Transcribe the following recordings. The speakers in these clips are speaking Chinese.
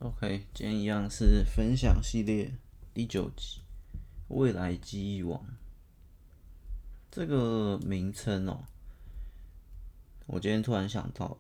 OK，今天一样是分享系列第9集，未来记忆网这个名称哦，我今天突然想到，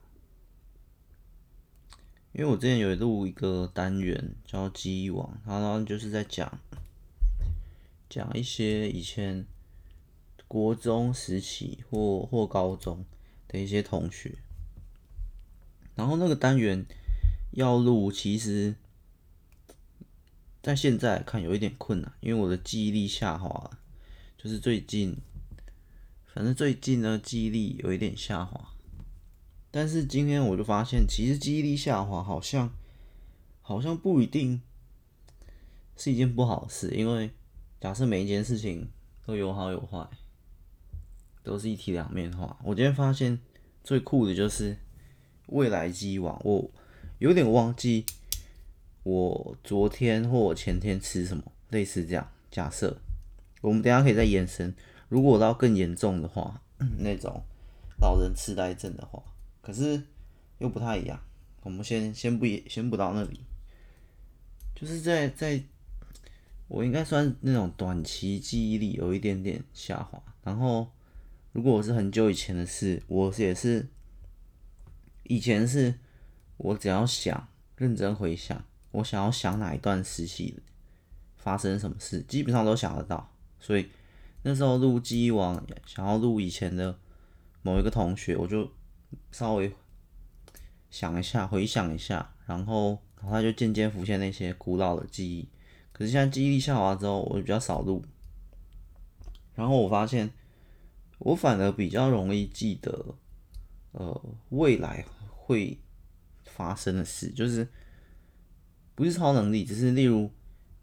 因为我之前有录一个单元叫记忆网，然后就是在讲一些以前国中时期或高中的一些同学，然后那个单元要录，其实在现在来看有一点困难，因为我的记忆力下滑了，就是反正最近呢记忆力有一点下滑。但是今天我就发现，其实记忆力下滑好像不一定是一件不好的事，因为假设每一件事情都有好有坏，都是一体两面化。我今天发现最酷的就是未来记忆网，我有点忘记我昨天或我前天吃什么，类似这样。假设我们等一下可以再延伸，如果到更严重的话，那种老人痴呆症的话，可是又不太一样。我们先不到那里，就是在我应该算那种短期记忆力有一点点下滑。然后，如果我是很久以前的事，我也是以前是我只要想认真回想，我想要想哪一段时期发生什么事，基本上都想得到。所以那时候录记忆网，想要录以前的某一个同学，我就稍微想一下，回想一下，然后他就渐渐浮现那些古老的记忆。可是现在记忆力下滑之后，我比较少录，然后我发现我反而比较容易记得，未来会发生的事，就是不是超能力，只是例如，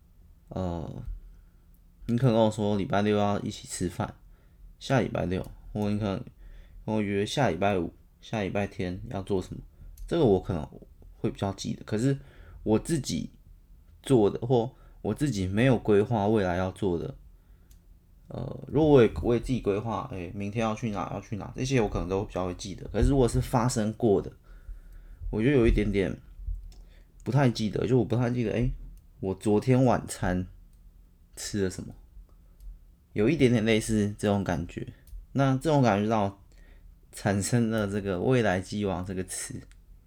你可能跟我说礼拜六要一起吃饭，下礼拜六，或你可能跟我约下礼拜五、下礼拜天要做什么，这个我可能会比较记得。可是我自己做的，或我自己没有规划未来要做的，如果我也自己规划，明天要去哪，这些我可能都比较会记得。可是如果是发生过的，我就有一点点不太记得，就我不太记得，我昨天晚餐吃了什么，有一点点类似这种感觉。那这种感觉让我产生了这个未来寄望这个词，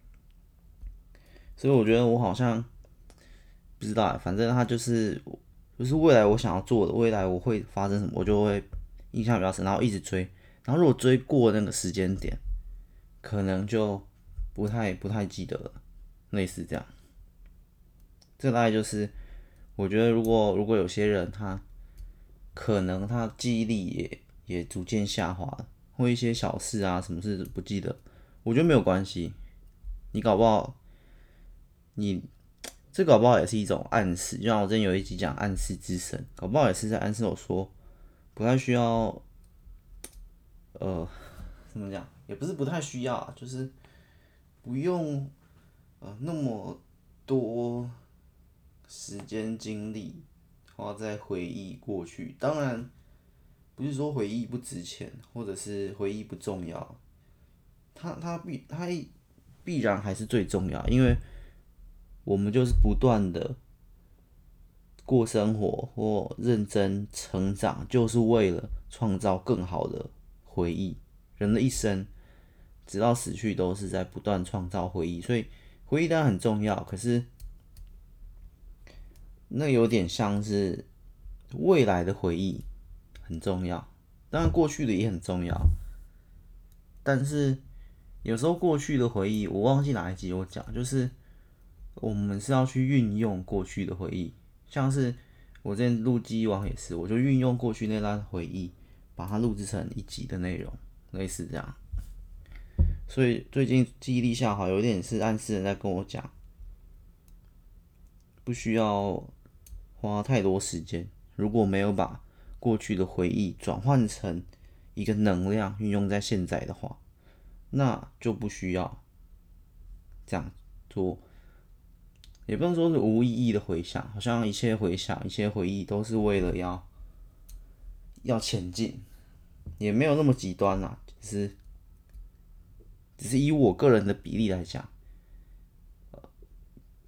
所以我觉得我好像不知道啊，反正它就是未来我想要做的，未来我会发生什么，我就会印象比较深，然后一直追。然后如果追过那个时间点，可能就不太记得了，类似这样。这大概就是我觉得如果有些人可能他记忆力也逐渐下滑了，或一些小事啊，什么事不记得，我觉得没有关系。你搞不好你搞不好也是一种暗示，就像我之前有一集讲暗示之神，搞不好也是在暗示我说不太需要，怎么讲，也不是不太需要啊，就是不用那么多时间精力花在回忆过去。当然不是说回忆不值钱，或者是回忆不重要，它必然还是最重要，因为我们就是不断的过生活或认真成长，就是为了创造更好的回忆。人的一生，直到死去，都是在不断创造回忆，所以回忆当然很重要。可是那有点像是未来的回忆很重要，当然过去的也很重要。但是有时候过去的回忆，我忘记哪一集我讲，就是我们是要去运用过去的回忆，像是我之前录记忆网也是，我就运用过去那段回忆，把它录制成一集的内容，类似这样。所以最近记忆力下滑，有点是暗示人在跟我讲，不需要花太多时间。如果没有把过去的回忆转换成一个能量运用在现在的话，那就不需要这样做。也不能说是无意义的回想，好像一切回想、一切回忆都是为了要前进，也没有那么极端啦。只是以我个人的比例来讲，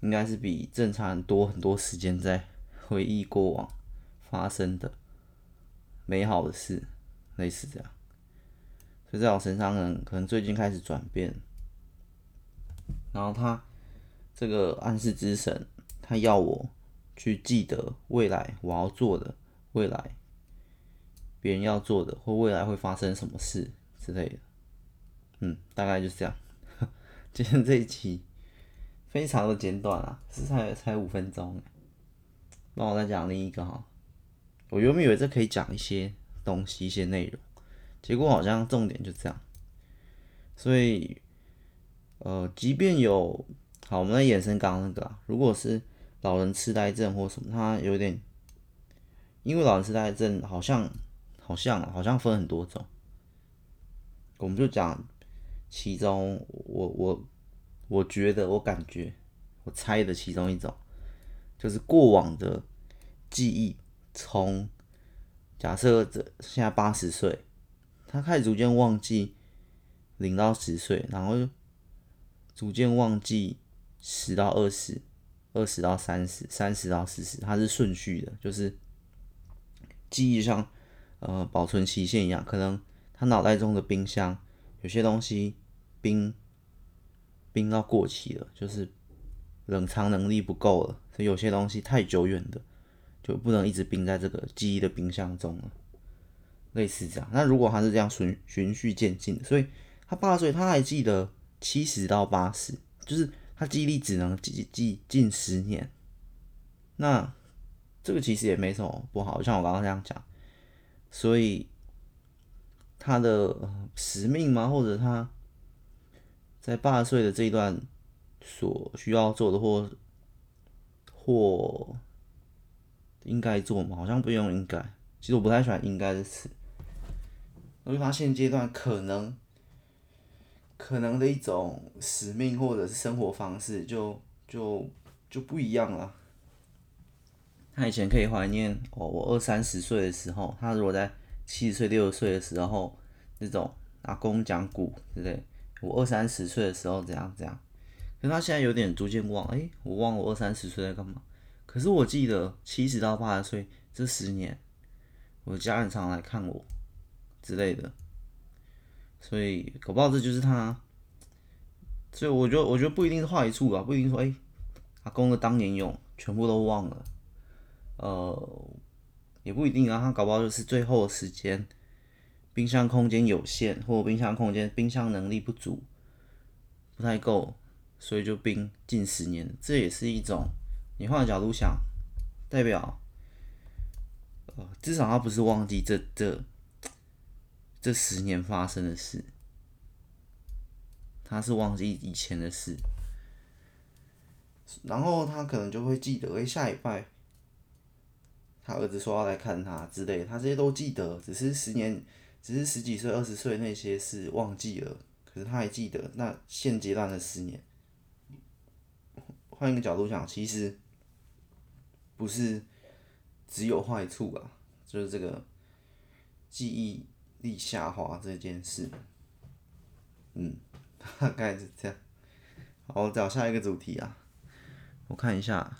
应该是比正常人多很多时间在回忆过往发生的美好的事，类似这样。所以在我身上可能最近开始转变，然后他这个暗示之神，他要我去记得未来我要做的，未来别人要做的，或未来会发生什么事之类的。大概就是这样。今天这一期非常的简短啊，才5分钟。那我再讲另一个哈，我原本以为这可以讲一些东西、一些内容，结果好像重点就这样。所以即便有好，我们来延伸刚刚那个如果是老人痴呆症或什么，他有点，因为老人痴呆症好像分很多种，我们就讲其中我觉得我感觉我猜的其中一种，就是过往的记忆，从假设现在80岁，他开始逐渐忘记0到10岁，然后逐渐忘记10到20，20到30，30到40，它是顺序的，就是记忆像保存期限一样，可能他脑袋中的冰箱有些东西冰到过期了，就是冷藏能力不够了，所以有些东西太久远的就不能一直冰在这个记忆的冰箱中了，类似这样。那如果他是这样循序渐进的，所以他80岁他还记得70到80，就是他记忆力只能记近10年。那这个其实也没什么不好，像我刚刚这样讲，所以他的使命嘛，或者他在80岁的这一段所需要做的或应该做嘛，好像不用应该。其实我不太喜欢应该的词，因为他现阶段可能的一种使命或者是生活方式就不一样了。他以前可以怀念我20-30岁的时候，他如果在70岁、60岁的时候，那种阿公讲古之类，我20-30岁的时候怎样怎样。可是他现在有点逐渐忘，我忘了我20-30岁在干嘛。可是我记得70到80岁这10年，我的家人常来看我之类的，所以搞不好这就是他。所以我觉得不一定是坏处啊，不一定说阿公的当年勇全部都忘了，也不一定啊，他搞不好就是最后的时间，冰箱空间有限，或冰箱能力不足，不太够，所以就冰近10年，这也是一种。你换个角度想，代表至少他不是忘记这10年发生的事，他是忘记以前的事，然后他可能就会记得，下礼拜他儿子说要来看他之类的，他这些都记得，只是10几岁、20岁那些事忘记了，可是他还记得那现阶段的10年。换一个角度想，其实不是只有坏处啊，就是这个记忆力下滑这件事，大概是这样。好，我找下一个主题啊，我看一下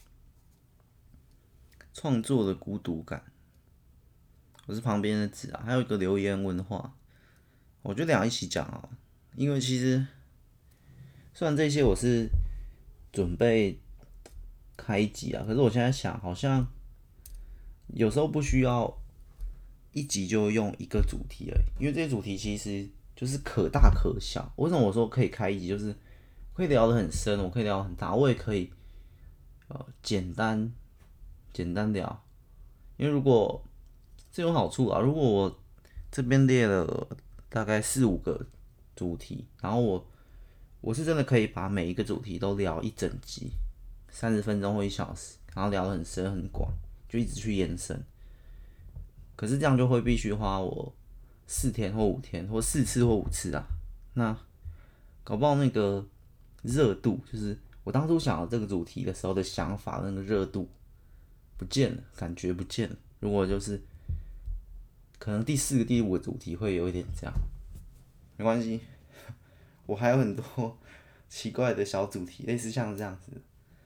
创作的孤独感。我是旁边的字啊，还有一个留言文化，我就两一起讲啊。因为其实虽然这些我是准备开一集啊，可是我现在想，好像有时候不需要一集就用一个主题而已，因为这些主题其实就是可大可小。为什么我说可以开一集？就是可以聊得很深，我可以聊得很大，我也可以简单聊。因为如果这有好处啊，如果我这边列了大概4-5个主题，然后我是真的可以把每一个主题都聊一整集，30分钟或1小时，然后聊得很深很广，就一直去延伸。可是这样就会必须花我4天或5天，或4次或5次啊。那搞不好那个热度，就是我当初想到这个主题的时候的想法，那个热度不见了，感觉不见了。如果就是可能第4个、第5个主题会有一点这样，没关系，我还有很多奇怪的小主题，类似像这样子。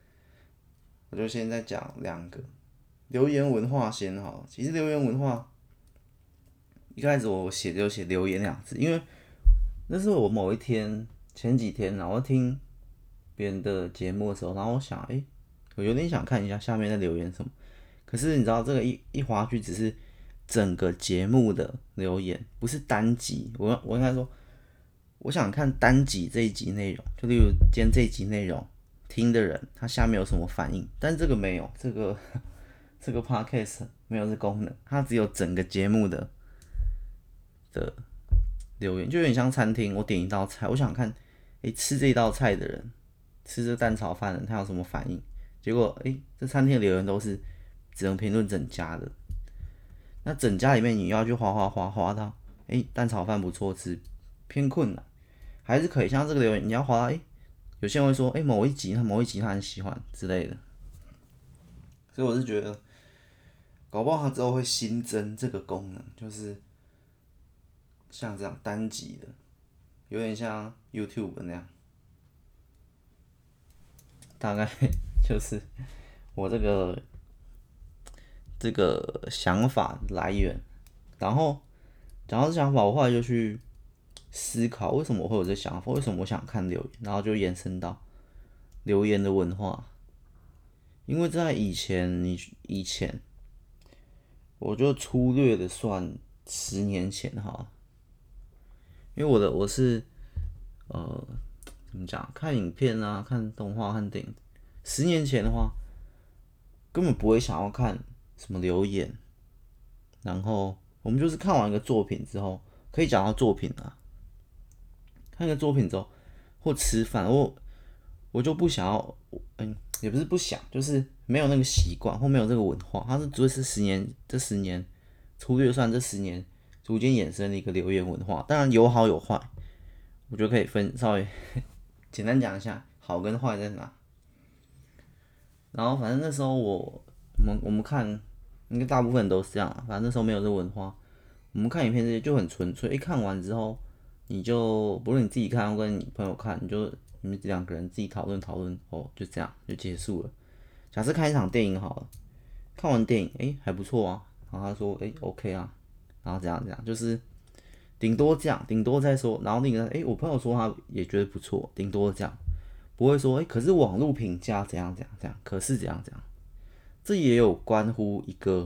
我就现在讲2个留言文化先好。其实留言文化一开始我就写留言2字，因为那是我某一天前几天然后听别人的节目的时候，然后我想，我有点想看一下下面的留言什么。可是你知道这个一滑去只是整个节目的留言，不是单集。我应该说，我想看单集这一集内容，就例如今天这一集内容听的人他下面有什么反应，但这个没有，这个 podcast 没有这功能，它只有整个节目的留言，就有点像餐厅，我点一道菜，我想看，吃这道菜的人，吃这蛋炒饭的人他有什么反应，结果这餐厅的留言都是只能评论整家的。那整家里面你要去滑到，蛋炒饭不错吃，偏困难，还是可以。像这个留言，你要滑到，有些人会说，某一集他很喜欢之类的。所以我是觉得，搞不好他之后会新增这个功能，就是像这样单集的，有点像 YouTube 那样。大概就是我这个想法来源。然后讲到这想法，我后来就去思考为什么我会有这想法，为什么我想看留言，然后就延伸到留言的文化。因为在以前，我就粗略的算10年前哈，因为我是怎么讲，看影片啊，看动画、看电影。10年前的话，根本不会想要看什么留言，然后我们就是看完一个作品之后，可以讲到作品啊，看一个作品之后，或吃饭，我就不想要，也不是不想，就是没有那个习惯或没有这个文化。它是主要是这十年粗略算这10年逐渐衍生的一个留言文化，当然有好有坏，我觉得可以稍微简单讲一下好跟坏在哪。然后反正那时候我们看，应该大部分人都是这样啊。反正那时候没有这文化，我们看影片这些就很纯粹。看完之后，你就不论你自己看或跟你朋友看，你们2个人自己讨论，就这样就结束了。假设看一场电影好了，看完电影还不错啊，然后他说OK 啊，然后怎样，就是顶多这样，顶多再说。然后另一个我朋友说他也觉得不错，顶多这样。不会说可是网络评价怎样，可是怎样，这也有关乎一个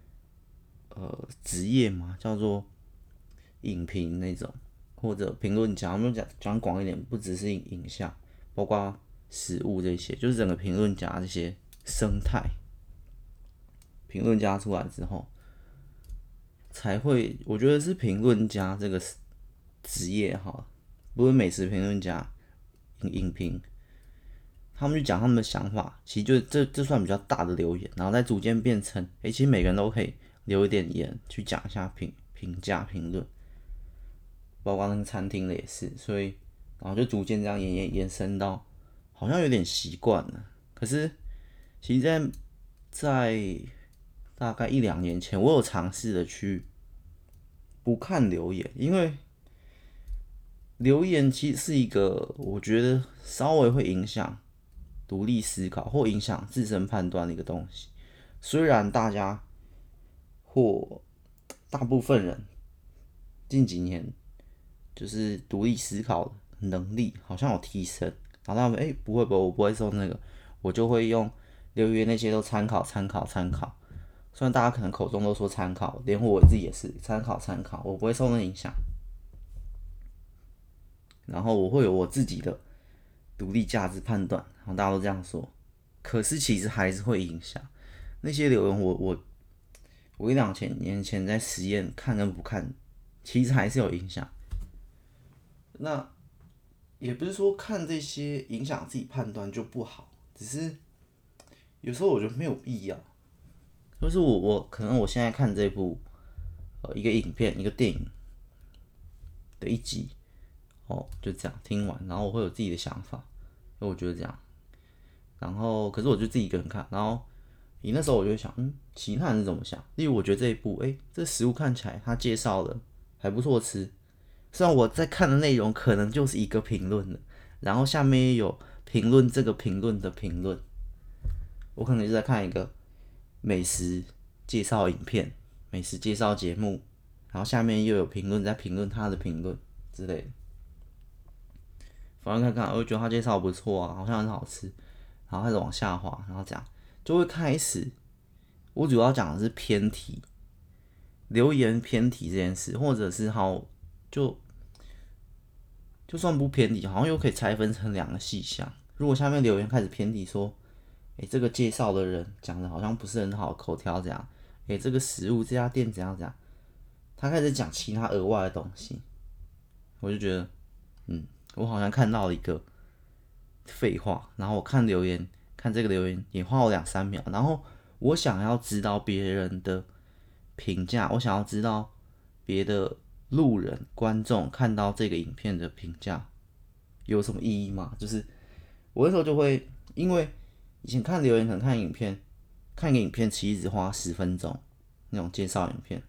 职业嘛，叫做影评那种，或者评论家。我们讲广一点，不只是影像，包括食物这些，就是整个评论家这些生态。评论家出来之后，才会，我觉得是评论家这个职业哈，不是美食评论家、影评。他们去讲他们的想法，其实就这算比较大的留言，然后再逐渐变成，其实每个人都可以留一点言去讲一下评价评论，包括那个餐厅的也是，所以然后就逐渐这样延伸到，好像有点习惯了。可是其实在大概1-2年前，我有尝试的去不看留言，因为留言其实是一个我觉得稍微会影响独立思考或影响自身判断的一个东西。虽然大家或大部分人近几年就是独立思考能力好像有提升，然后他们不会，我不会说那个，我就会用留言那些都参考。虽然大家可能口中都说参考，连我自己也是参考，我不会受那影响。然后我会有我自己的独立价值判断，然后大家都这样说，可是其实还是会影响那些留言。我1-2年前在实验看跟不看，其实还是有影响。那也不是说看这些影响自己判断就不好，只是有时候我觉得没有必要。就是可能我现在看这部一个影片一个电影的一集就这样听完，然后我会有自己的想法，因为我觉得这样。然后可是我就自己一个人看，然后你那时候我就会想，其他人是怎么想？例如我觉得这一部这食物看起来他介绍的还不错吃，虽然我在看的内容可能就是一个评论的，然后下面也有评论这个评论的评论， 我可能就在看一个美食介绍影片、美食介绍节目，然后下面又有评论在评论他的评论之类的。反正看，我就觉得他介绍不错啊，好像很好吃，然后开始往下滑，然后这样就会开始。我主要讲的是偏题，留言偏题这件事，或者是就就算不偏题，好像又可以拆分成2个细项。如果下面留言开始偏题说，这个介绍的人讲的好像不是很好，口条这样，这个食物这家店怎样怎样，他开始讲其他额外的东西，我就觉得，我好像看到了一个废话，然后我看留言，看这个留言也花我2-3秒，然后我想要知道别人的评价，我想要知道别的路人观众看到这个影片的评价有什么意义吗？就是我那时候就会，因为以前看留言可能看影片，看一个影片其实只花10分钟，那种介绍影片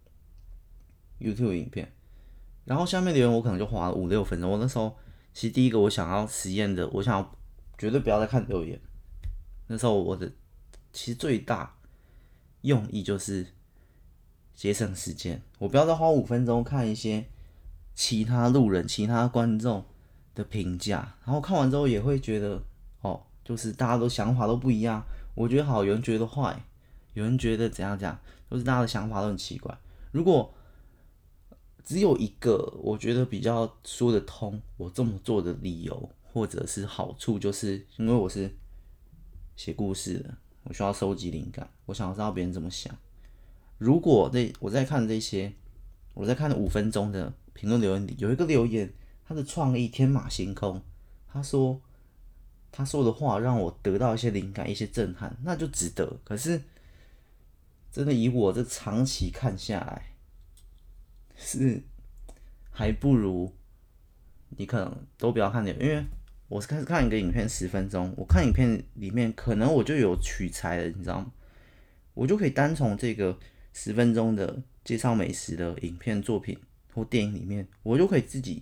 ，YouTube 影片，然后下面留言我可能就花了5-6分钟。我那时候其实第一个我想要实验的，我想要绝对不要再看留言。那时候我的其实最大用意就是节省时间，我不要再花5分钟看一些其他路人、其他观众的评价，然后看完之后也会觉得，就是大家都想法都不一样，我觉得好，有人觉得坏，有人觉得怎样怎样，就是大家的想法都很奇怪。如果只有一个我觉得比较说得通，我这么做的理由或者是好处，就是因为我是写故事的，我需要收集灵感，我想要知道别人怎么想。如果我在看这些，我在看5分钟的评论留言里，有一个留言，他的创意天马行空，他说的话让我得到一些灵感、一些震撼，那就值得。可是真的以我这长期看下来，是还不如你可能都不要看留言，因为我是开始看一个影片10分钟，我看影片里面可能我就有取材了，你知道吗？我就可以单从这个10分钟的介绍美食的影片作品或电影里面，我就可以自己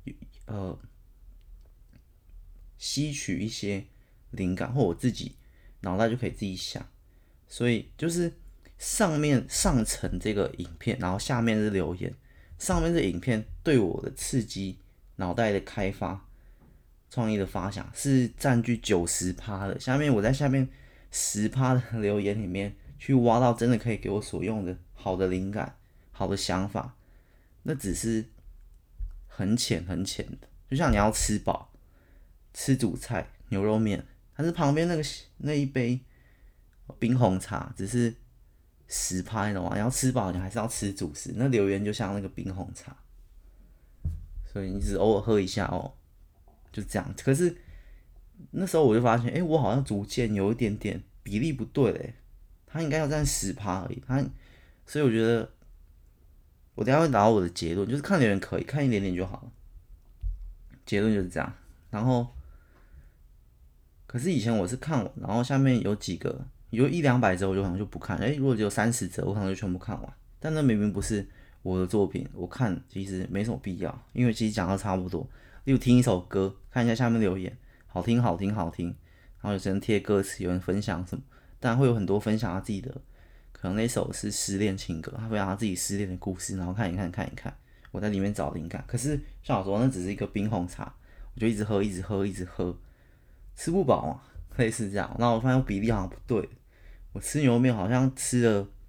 吸取一些灵感，或我自己脑袋就可以自己想。所以就是上层这个影片，然后下面是留言，上面这影片对我的刺激、脑袋的开发、创意的发想是占据90%的，下面我在下面10%的留言里面去挖到真的可以给我所用的好的灵感、好的想法，那只是很浅很浅的。就像你要吃饱，吃主菜牛肉面，但是旁边那一杯冰红茶只是10%，你懂吗？你要吃饱，你还是要吃主食。那留言就像那个冰红茶，所以你只偶尔喝一下就这样。可是那时候我就发现，我好像逐渐有一点点比例不对嘞，它应该要占10%而已。所以我觉得我等一下会达到我的结论，就是看留言可以看一点点就好了。结论就是这样。然后，可是以前我是看完，然后下面有几个有100-200则，我就可能就不看。如果只有30则，我可能就全部看完。但那明明不是我的作品，我看其实没什么必要，因为其实讲的差不多。例如听一首歌，看一下下面留言，好听好听好听，然后有些人贴歌词，有人分享什么，当然会有很多分享他自己的，可能那首是失恋情歌，他分享他自己失恋的故事，然后看一看看一看，我在里面找灵感。可是像我说，那只是一个冰红茶，我就一直喝一直喝一直喝，吃不饱嘛，类似这样。那我发现比例好像不对，我吃牛肉面好像吃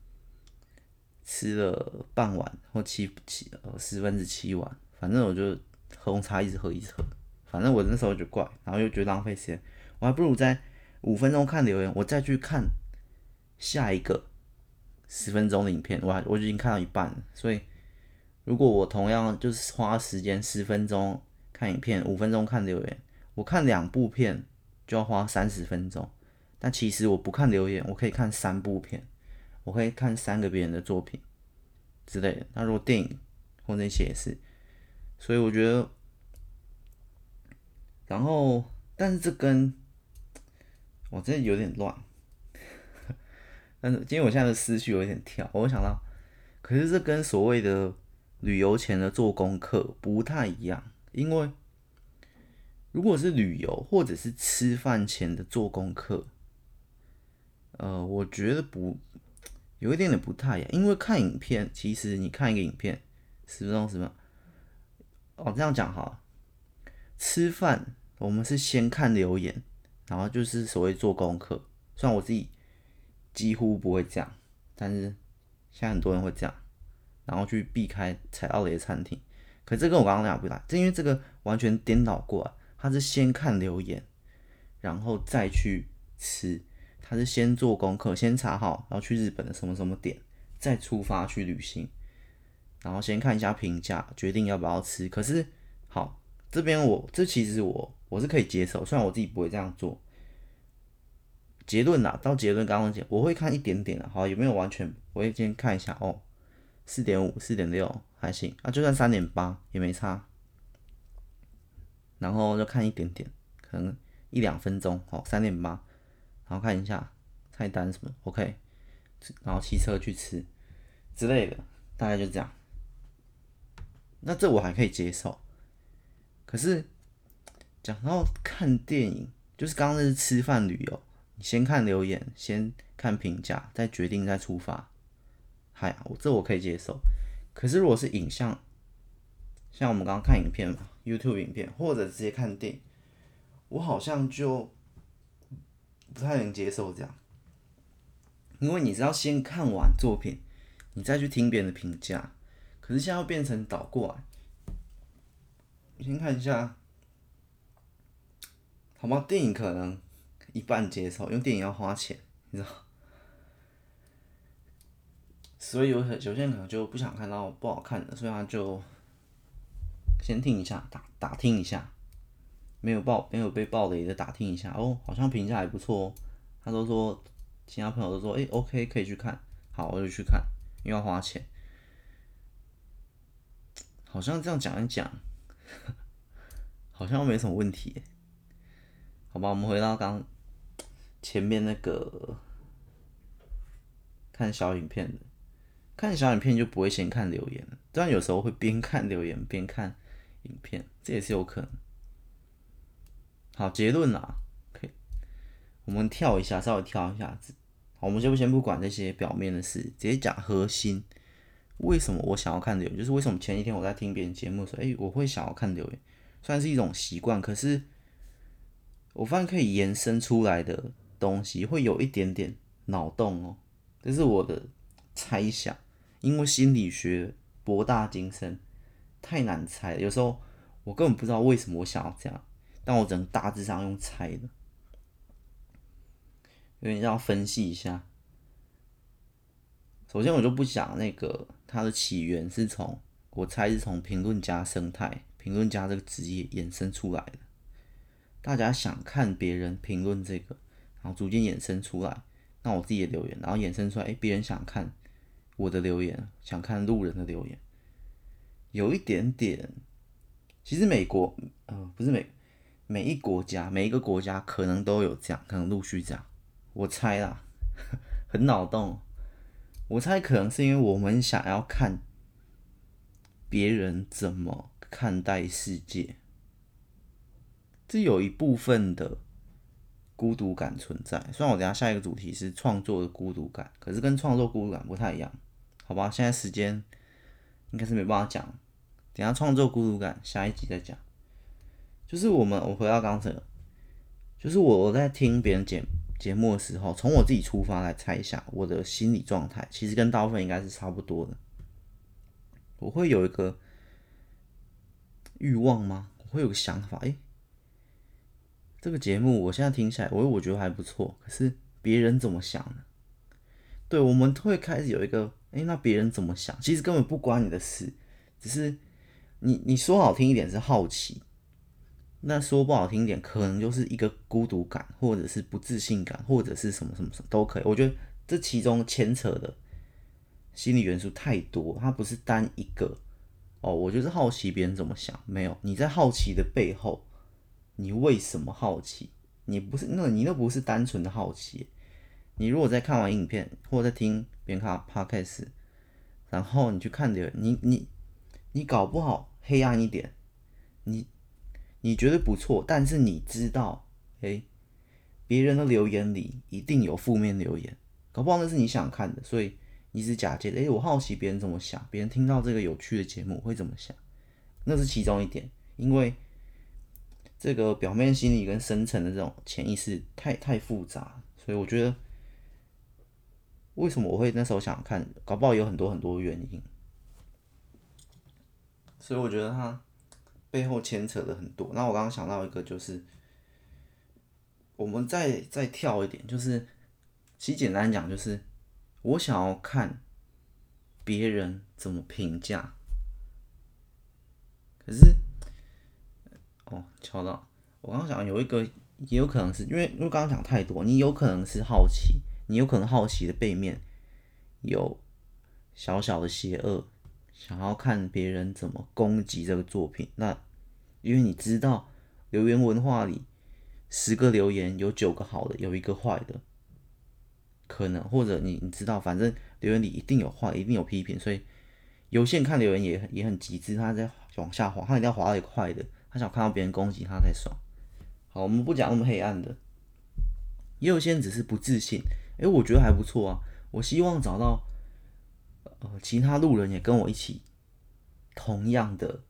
了半碗或7/10碗，反正我就喝红茶一直喝一直喝，反正我那时候就怪，然后又觉得浪费时间，我还不如在5分钟看留言，我再去看下一个10分钟的影片，我已经看到一半了。所以如果我同样就是花时间10分钟看影片，5分钟看留言，我看2部片就要花30分钟，但其实我不看留言，我可以看3部片，我可以看3个别人的作品之类的。那如果电影或那些也是，所以我觉得，然后但是这跟我真的有点乱，但是今天我现在的思绪有点跳，我想到，可是这跟所谓的旅游前的做功课不太一样，因为如果是旅游或者是吃饭前的做功课， 我觉得有一点点不太一样，因为看影片，其实你看一个影片10分钟，哦，这样讲好了。吃饭我们是先看留言，然后就是所谓做功课。虽然我自己几乎不会这样，但是现在很多人会这样，然后去避开踩到雷的餐厅。可这跟我刚刚讲不来，因为这个完全颠倒过来，他是先看留言，然后再去吃。他是先做功课，先查好，然后去日本的什么什么点，再出发去旅行，然后先看一下评价，决定要不要吃。可是好，这其实我是可以接受，虽然我自己不会这样做。结论啦，到结论刚刚讲，我会看一点点啦，好，有没有完全？我会先看一下哦，4.5、4.6还行啊，就算3.8也没差。然后就看一点点，可能1-2分钟，好，3.8，然后看一下菜单什么，OK，然后骑车去吃之类的，大概就这样。那这我还可以接受。可是讲到看电影，就是刚刚那是吃饭旅游，你先看留言，先看评价，再决定再出发。嗨，这我可以接受。可是如果是影像，像我们刚刚看影片嘛，YouTube 影片，或者直接看电影，我好像就不太能接受这样，因为你是要先看完作品，你再去听别人的评价。可是现在要变成倒过来，你先看一下，好吗？电影可能一半接受，因为电影要花钱，你知道，所以有些人可能就不想看到不好看的，所以他就先听一下，打听一下，没有被爆雷的打听一下，哦，好像评价还不错哦。他都说，其他朋友都说，OK 可以去看，好，我就去看，因为要花钱。好像这样讲一讲，好像没什么问题耶。好吧，我们回到刚前面那个看小影片的，看小影片就不会先看留言了，当然有时候会边看留言边看影片，这也是有可能。好，结论啦，可以，我们跳一下，稍微跳一下子。好，我们就先不管这些表面的事，直接讲核心。为什么我想要看留言？就是为什么前几天我在听别人节目的时候，我会想要看留言，虽然是一种习惯，可是我发现可以延伸出来的东西会有一点点脑洞哦，这是我的猜想，因为心理学博大精深，太难猜了。有时候我根本不知道为什么我想要这样，但我只能大致上用猜的，有点要分析一下。首先我就不讲那个它的起源是从，我猜是从评论家生态、评论家这个职业衍生出来的。大家想看别人评论这个，然后逐渐衍生出来，那我自己的留言，然后衍生出来，别人想看我的留言，想看路人的留言，有一点点。其实美国，不是每一国家，每一个国家可能都有这样，可能陆续这样。我猜啦，很脑洞。我猜可能是因为我们想要看别人怎么看待世界，这有一部分的孤独感存在。虽然我等一下下一个主题是创作的孤独感，可是跟创作孤独感不太一样，好吧？现在时间应该是没办法讲，等一下创作孤独感下一集再讲。就是我回到刚才，就是我在听别人节目的时候，从我自己出发来猜一下我的心理状态，其实跟大部分应该是差不多的。我会有一个欲望吗？我会有个想法，这个节目我现在听起来，我觉得还不错，可是别人怎么想呢？对，我们会开始有一个，那别人怎么想？其实根本不关你的事，只是你说好听一点是好奇，那说不好听一点，可能就是一个孤独感，或者是不自信感，或者是什么什么什么都可以。我觉得这其中牵扯的心理元素太多，它不是单一个。我就是好奇别人怎么想，没有，你在好奇的背后，你为什么好奇？你那不是单纯的好奇。你如果在看完影片，或者在听别人看 podcast，然后你去看留言，你搞不好黑暗一点，你觉得不错，但是你知道， 别人的留言里一定有负面留言，搞不好那是你想看的，所以你只假借的，我好奇别人怎么想，别人听到这个有趣的节目会怎么想，那是其中一点。因为这个表面心理跟深层的这种潜意识太复杂，所以我觉得为什么我会那时候想看，搞不好有很多原因。所以我觉得它背后牵扯的很多。那我刚刚想到一个，就是我们再跳一点，就是其实简单讲，就是我想要看别人怎么评价。可是敲到我刚刚讲有一个，也有可能是因为刚刚讲太多，你有可能是好奇，你有可能好奇的背面有小小的邪恶，想要看别人怎么攻击这个作品。那因为你知道留言文化里10个留言有9个好的，有1个坏的，可能或者你知道，反正留言里一定有坏，一定有批评，所以有些人看留言也很极致，他在往下滑，他一定要滑到一个坏的，他想看到别人攻击他才爽。好，我们不讲那么黑暗的，也有些人只是不自信，我觉得还不错啊，我希望找到其他路人也跟我一起同样的，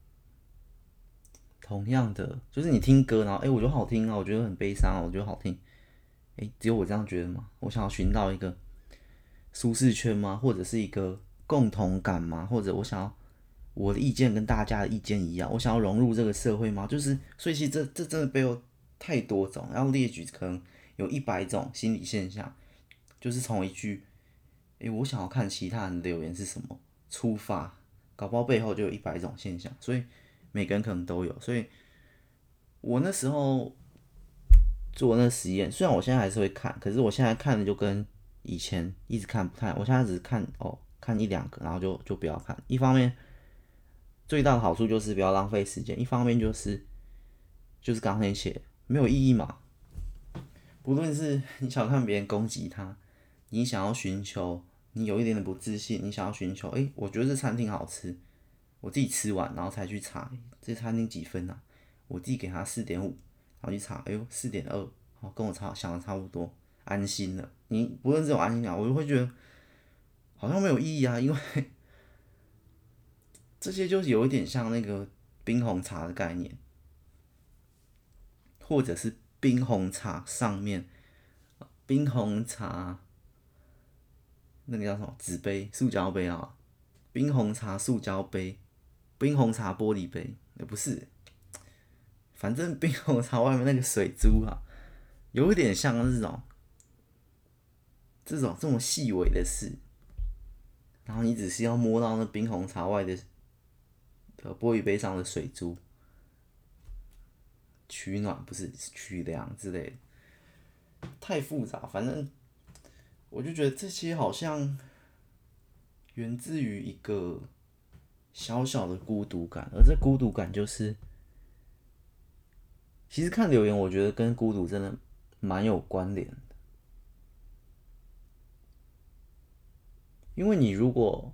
就是你听歌，然后我觉得好听啊，我觉得很悲伤啊，我觉得好听，只有我这样觉得吗？我想要寻到一个舒适圈吗？或者是一个共同感吗？或者我想要我的意见跟大家的意见一样，我想要融入这个社会吗？就是所以其实这真的背后太多种，然后列举可能有100种心理现象，就是从一句我想要看其他人的留言是什么出发，搞不好背后就有100种现象，所以每个人可能都有。所以我那时候做那实验，虽然我现在还是会看，可是我现在看的就跟以前一直看不太，我现在只是看看1-2个，然后就不要看。一方面最大的好处就是不要浪费时间，一方面就是刚才写没有意义嘛。不论是你想看别人攻击他，你想要寻求，你有一点点不自信，你想要寻求，我觉得这餐厅好吃，我自己吃完然后才去查这餐厅几分啊，我自己给他4.5，然后去查4.2，跟我想的差不多，安心了。你不论这种安心感，我就会觉得好像没有意义啊，因为这些就是有一点像那个冰红茶的概念，或者是冰红茶上面冰红茶那个叫什么纸杯、塑胶杯啊，冰红茶塑胶杯、冰红茶玻璃杯，不是，反正冰红茶外面那个水珠啊，有一点像这种细微的事，然后你只是要摸到那冰红茶外的玻璃杯上的水珠，取暖不是取凉之类的，太复杂。反正我就觉得这些好像源自于一个小小的孤独感，而这孤独感就是，其实看留言，我觉得跟孤独真的蛮有关联的。因为你如果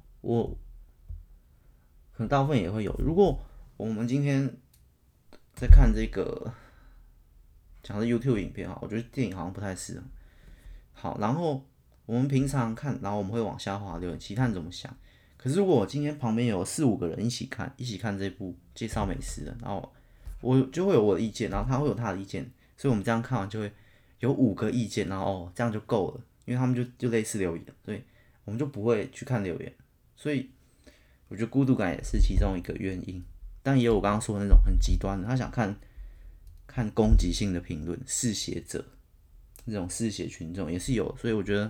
可能大部分也会有，如果我们今天在看这个讲的 YouTube 影片啊，我觉得电影好像不太适合。好，然后我们平常看，然后我们会往下滑留言，其他人怎么想？可是如果我今天旁边有4-5个人一起看这部介绍美食的，然后我就会有我的意见，然后他会有他的意见，所以我们这样看完就会有5个意见，然后这样就够了，因为他们就类似留言，所以我们就不会去看留言，所以我觉得孤独感也是其中一个原因，但也有我刚刚说的那种很极端的，他想看攻击性的评论，嗜血者这种嗜血群众也是有，所以我觉得，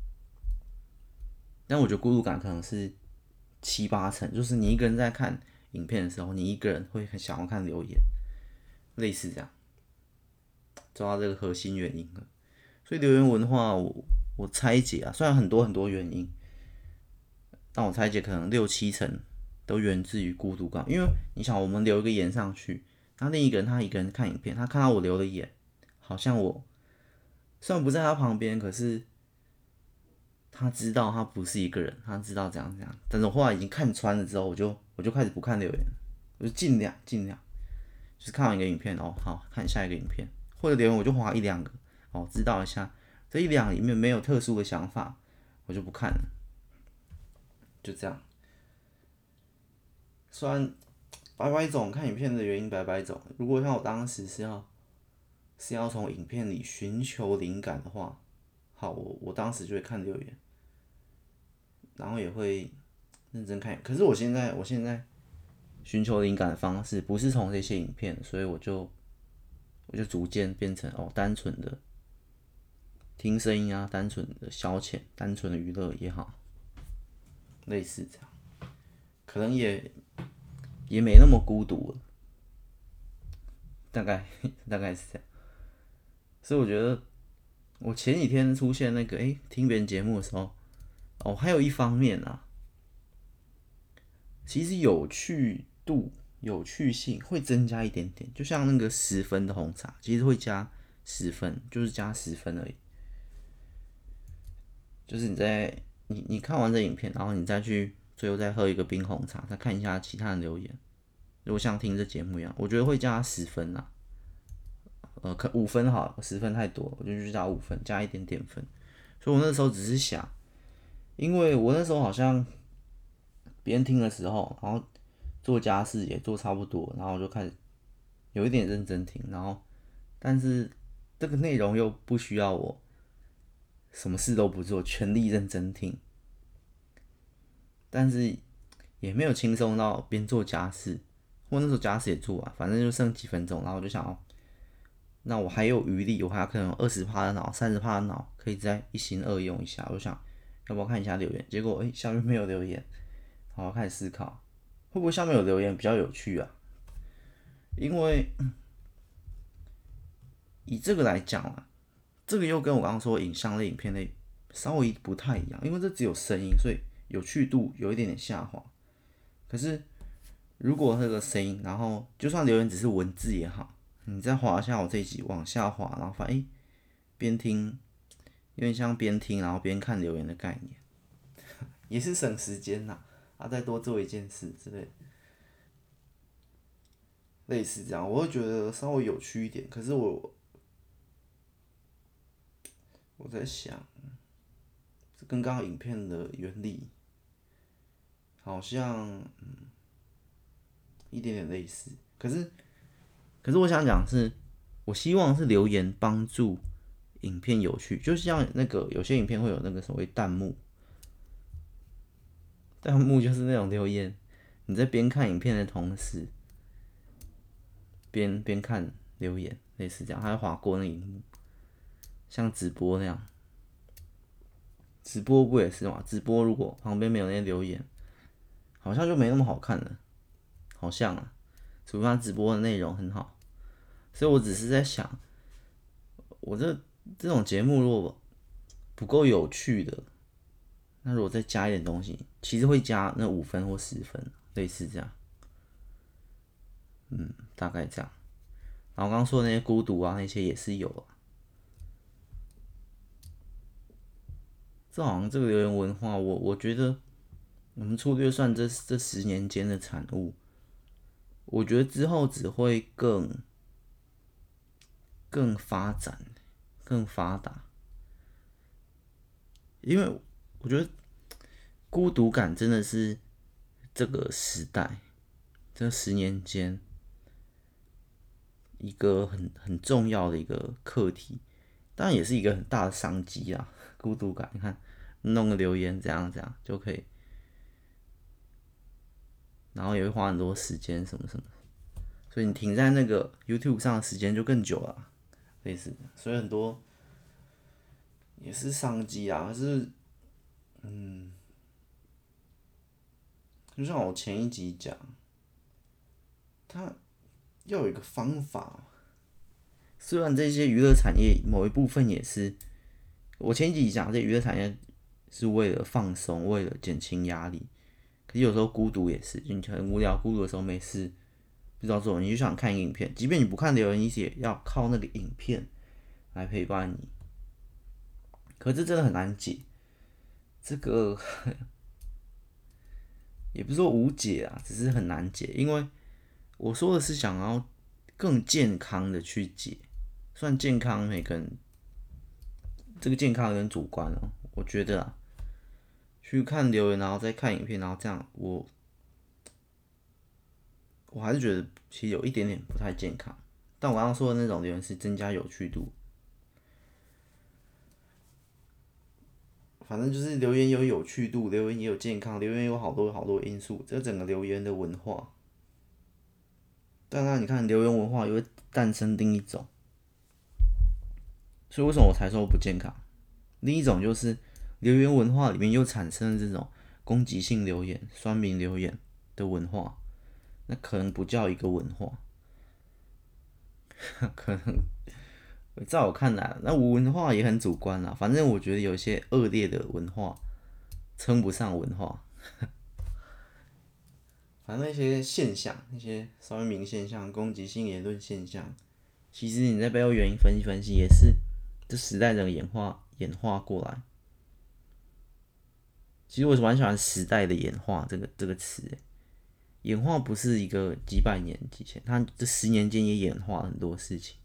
但我觉得孤独感可能是7-8成，就是你一个人在看影片的时候，你一个人会很想要看留言，类似这样，抓到这个核心原因了。所以留言文化我拆解啊，虽然很多原因，但我拆解可能6-7成都源自于孤独感，因为你想，我们留一个言上去，那另一个人他一个人看影片，他看到我留的言，好像我虽然不在他旁边，可是他知道他不是一个人，他知道这样，但是我后来已经看穿了之后，我就开始不看留言，我就尽量，就是看完一个影片好看下一个影片，或者留言我就划1-2个， 知道一下。这一两里面没有特殊的想法，我就不看了，就这样。虽然百百种看影片的原因百百种，如果像我当时是要从影片里寻求灵感的话，好，我当时就会看留言，然后也会认真看。可是我现在寻求灵感的方式不是从这些影片，所以我就逐渐变成单纯的听声音啊，单纯的消遣，单纯的娱乐也好，类似这样，可能也没那么孤独了，大概是这样。所以我觉得我前几天出现那个听别人节目的时候，还有一方面啊，其实有趣度、有趣性会增加一点点，就像那个10分的红茶，其实会加10分，就是加10分而已。就是你看完这影片，然后你再去最后再喝一个冰红茶，再看一下其他的留言。如果像听这节目一样，我觉得会加10分啦。可5分好了，10分太多，我就去加5分，加一点点分。所以我那时候只是想，因为我那时候好像别人听的时候，然后做家事也做差不多，然后我就开始有一点认真听，然后但是这个内容又不需要我什么事都不做，全力认真听，但是也没有轻松到边做家事，或那时候家事也做完，反正就剩几分钟，然后我就想那我还有余力，我还可能有20%的脑、30%的脑，可以再一心二用一下。我想要不要看一下留言？结果下面没有留言，然后开始思考，会不会下面有留言比较有趣啊？因为以这个来讲啊，这个又跟我刚刚说影像类、影片类稍微不太一样，因为这只有声音，所以有趣度有一点点下滑。可是如果那个声音，然后就算留言只是文字也好，你再滑一下我这一集往下滑，然后发现边听，有点像边听然后边看留言的概念，也是省时间呐。再多做一件事之类，类似这样，我会觉得稍微有趣一点。可是我在想，这跟刚刚影片的原理好像一点点类似。可是我想讲是，我希望是留言帮助影片有趣，就像那个有些影片会有那个所谓弹幕，弹幕就是那种留言，你在边看影片的同时，边看留言，类似这样，它会划过那荧幕，像直播那样。直播不也是嘛？直播如果旁边没有那些留言，好像就没那么好看了，好像啊，除非他直播的内容很好。所以我只是在想，我这种节目如果不够有趣的，那如果再加一点东西，其实会加那5分或10分，类似这样。大概这样。然后刚刚说的那些孤独啊，那些也是有啊。这好像这个留言文化，我觉得我们粗略算这10年间的产物，我觉得之后只会更发展、更发达，因为我觉得孤独感真的是这个时代这10年间一个很重要的一个课题，当然也是一个很大的商机啊。孤独感，你看弄个留言怎样就可以，然后也会花很多时间什么什么，所以你停在那个 YouTube 上的时间就更久了，类似的，所以很多也是商机啊。可是，就像我前一集讲，它要有一个方法。虽然这些娱乐产业某一部分也是，我前几集讲这些娱乐产业是为了放松，为了减轻压力。可是有时候孤独也是，就你很无聊、孤独的时候没事，不知道做，你就想看影片，即便你不看留言，你也要靠那个影片来陪伴你。可是这真的很难解，这个也不是说无解啊，只是很难解，因为我说的是想要更健康的去解。虽然健康每个人这个健康有点主观哦，我觉得啊，去看留言，然后再看影片，然后这样，我还是觉得其实有一点点不太健康。但我刚刚说的那种留言是增加有趣度，反正就是留言有趣度，留言也有健康，留言有好多好多因素，这整个留言的文化。当然，你看留言文化也会诞生另一种，所以为什么我才说不健康？另一种就是留言文化里面又产生了这种攻击性留言、酸民留言的文化，那可能不叫一个文化，可能在我看来，那文化也很主观啦。反正我觉得有一些恶劣的文化称不上文化，反正那些现象，那些酸民现象、攻击性言论现象，其实你在背后原因分析分析，也是这时代整个演化过来。其实我是蛮喜欢“时代的演化”这个词，演化不是一个几百年之前，它这10年间也演化了很多事情。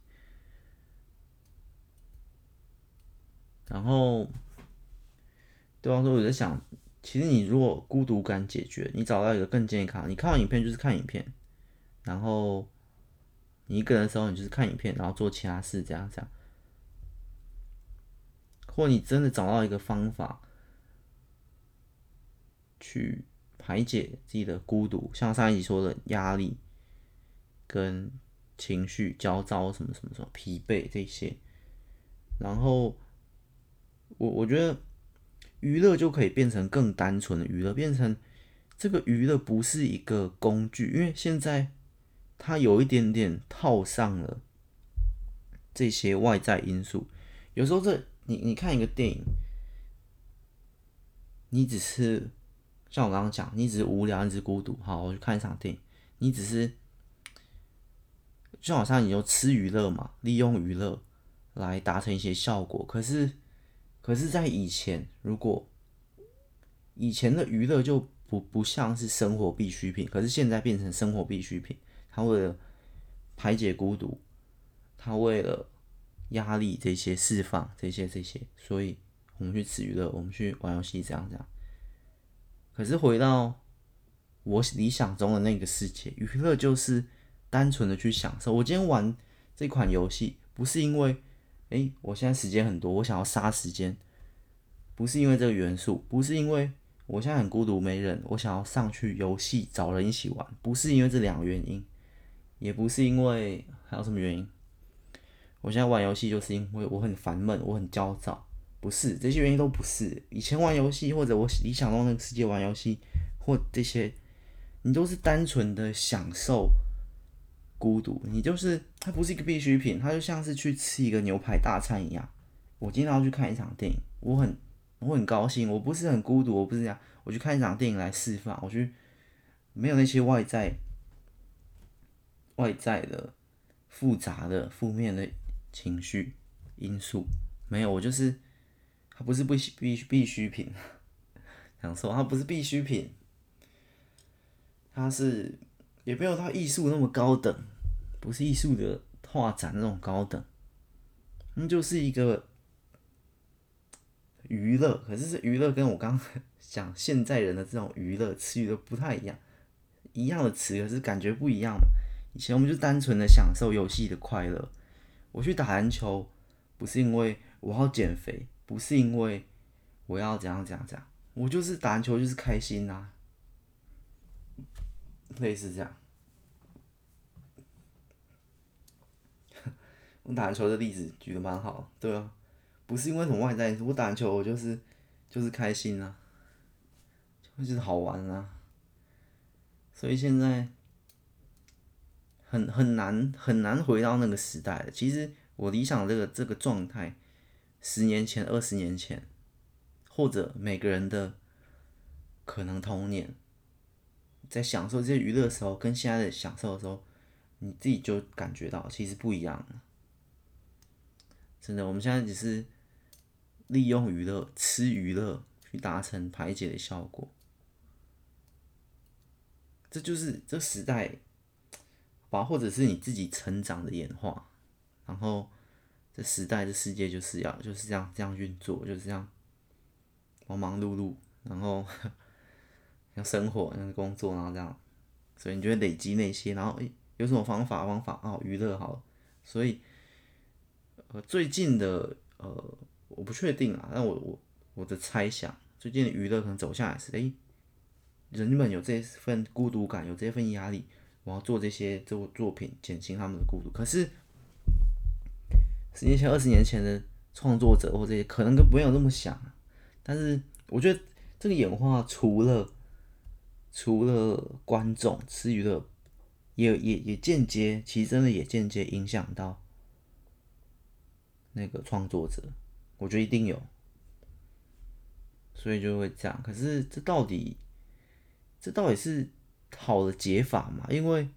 然后对方说我在想，其实你如果孤独感解决，你找到一个更健康，你看完影片就是看影片，然后你一个人的时候，你就是看影片，然后做其他事，这样这样。或你真的找到一个方法去排解自己的孤独，像上一集说的压力跟情绪、焦躁什么什么什么、疲惫这些，然后我觉得娱乐就可以变成更单纯的娱乐，变成这个娱乐不是一个工具，因为现在它有一点点套上了这些外在因素。有时候你看一个电影，你只是像我刚刚讲，你只是无聊，你只是孤独，好，我去看一场电影，你只是就好像你就吃娱乐嘛，利用娱乐来达成一些效果。可是，在以前，如果以前的娱乐就不像是生活必需品，可是现在变成生活必需品。它为了排解孤独，它为了压力这些释放这些，所以我们去吃娱乐，我们去玩游戏，这样这样。可是回到我理想中的那个世界，娱乐就是单纯的去享受。我今天玩这款游戏，不是因为，我现在时间很多，我想要杀时间，不是因为这个元素，不是因为我现在很孤独没人，我想要上去游戏找人一起玩，不是因为这两个原因，也不是因为还有什么原因。我现在玩游戏就是因为我很烦闷，我很焦躁，不是这些原因都不是。以前玩游戏或者我理想中那个世界玩游戏或这些，你都是单纯的享受孤独，你就是它不是一个必需品，它就像是去吃一个牛排大餐一样。我今天要去看一场电影，我很高兴，我不是很孤独，我不是这样，我去看一场电影来释放，我去没有那些外在的复杂的负面的情绪因素，没有，我就是它不是必需品，享受它不是必需品，它是也没有到艺术那么高等，不是艺术的画展那种高等，就是一个娱乐，可是娱乐跟我刚刚讲现在人的这种娱乐词语都不太一样，一样的词，可是感觉不一样嘛。以前我们就单纯的享受游戏的快乐，我去打篮球不是因为我要减肥，不是因为我要怎样怎样怎样，我就是打篮球就是开心啊，类似这样。我打篮球的例子举得蛮好，对啊，不是因为什么外在因素，我打篮球我就是开心啊，就是好玩啊，所以现在很难回到那个时代了。其实我理想这个状态，10年前、20年前，或者每个人的可能童年，在享受这些娱乐的时候，跟现在的享受的时候，你自己就感觉到其实不一样了。真的，我们现在只是利用娱乐、吃娱乐去达成排解的效果，这就是这时代吧，或者是你自己成长的演化，然后这时代这世界就是这样运作，就是这样忙忙碌碌，然后像生活、像工作，然后这样，所以你就会累积那些，然后有什么方法哦，娱乐好了，所以最近的我不确定啊，但我的猜想，最近的娱乐可能走向来是人们有这份孤独感，有这份压力，我要做这些作品减轻他们的孤独。可是10年前、20年前的创作者或这些可能都没有那么想，但是我觉得这个演化除了观众吃娱乐，也间接，其实真的也间接影响到那个创作者，我觉得一定有，所以就会这样。可是这到底是好的解法吗？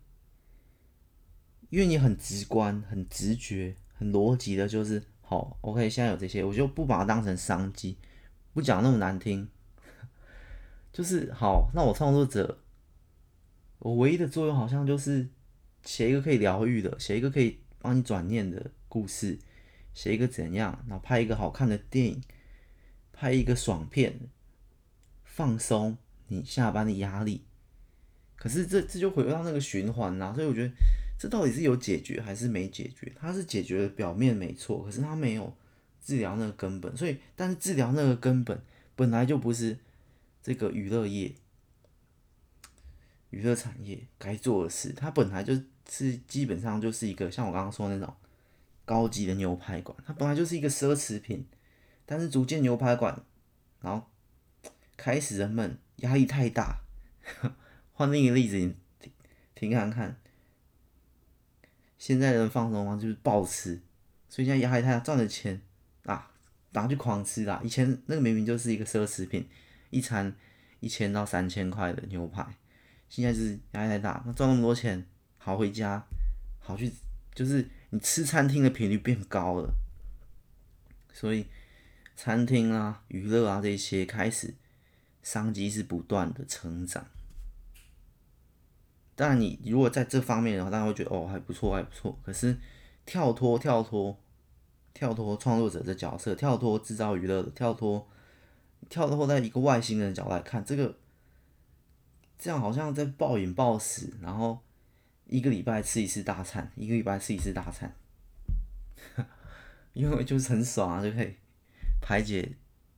因为你很直观、很直觉、很逻辑的，就是好，OK，现在有这些，我就不把它当成商机，不讲那么难听，就是好。那我创作者，我唯一的作用好像就是写一个可以疗愈的，写一个可以帮你转念的故事，写一个怎样，然后拍一个好看的电影，拍一个爽片，放松你下班的压力。可是这就回到那个循环啦，所以我觉得这到底是有解决还是没解决？它是解决了表面没错，可是它没有治疗那个根本。所以，但是治疗那个根本本来就不是这个娱乐产业该做的事，它本来就是基本上就是一个像我刚刚说的那种高级的牛排馆，它本来就是一个奢侈品，但是逐渐牛排馆，然后开始人们压力太大。换另一个例子，你听看看，现在的人放松吗？就是暴吃，所以现在压力太大，赚的钱啊，拿去狂吃啦。以前那个明明就是一个奢侈品，一餐1000到3000块的牛排，现在就是压力太大，那赚那么多钱，好回家，好去，就是你吃餐厅的频率变高了，所以餐厅啊、娱乐啊这些开始商机是不断的成长。当然，你如果在这方面的话，大家会觉得哦还不错，还不错。可是跳脱创作者的角色，跳脱制造娱乐的，跳脱在一个外星人的角度来看，这样好像在暴饮暴食，然后一个礼拜吃一次大餐，一个礼拜吃一次大餐，因为就是很爽啊，就可以排解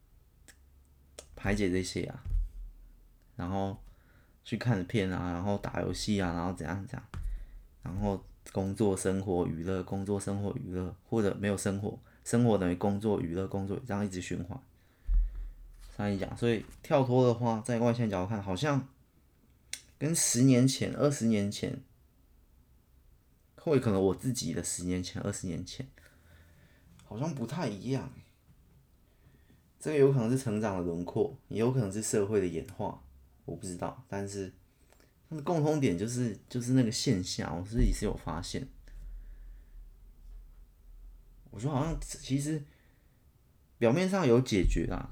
这些啊，然后去看片啊，然后打游戏啊，然后怎样怎样，然后工作生活娱乐，工作生活娱乐，或者没有生活，生活等于工作娱乐，工作这样一直循环。上一讲，所以跳脱的话，在外线角度看，好像跟10年前、20年前，或者可能我自己的10年前、20年前，好像不太一样。这个有可能是成长的轮廓，也有可能是社会的演化，我不知道。但是它的共通点就是那个现象，我自己是有发现。我觉得好像其实表面上有解决啦，